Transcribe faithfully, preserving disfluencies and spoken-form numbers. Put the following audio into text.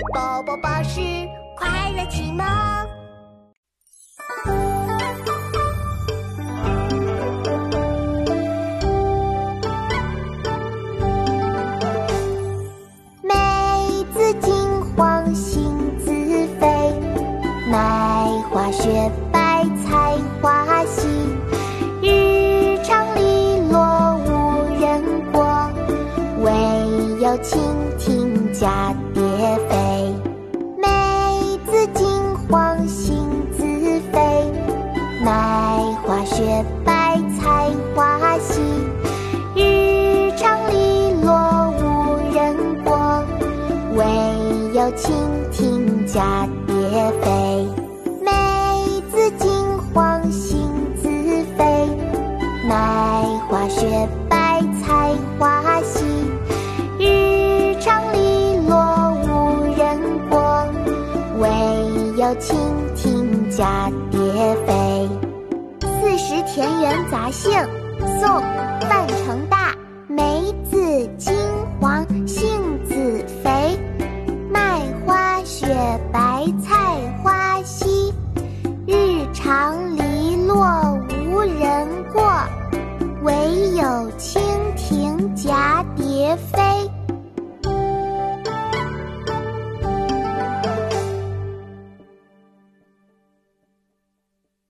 宝宝巴士快乐启蒙。 梅子金黄杏子肥，麦花雪白菜花稀。日长篱落无人过，惟有蜻蜓蛱蝶飞。梅子金黄杏子肥，麦花雪白菜花稀。日长篱落无人过，惟有蜻蜓蛱蝶飞。梅子金黄杏子肥，麦花雪白菜花稀。日长篱落无人过，惟有蜻蜓蛱蝶飞。 四时田园杂兴，宋·范成大。 梅子金黄杏子肥，麦花雪白菜花稀。日长篱落无人过，惟有蜻蜓蛱蝶飞。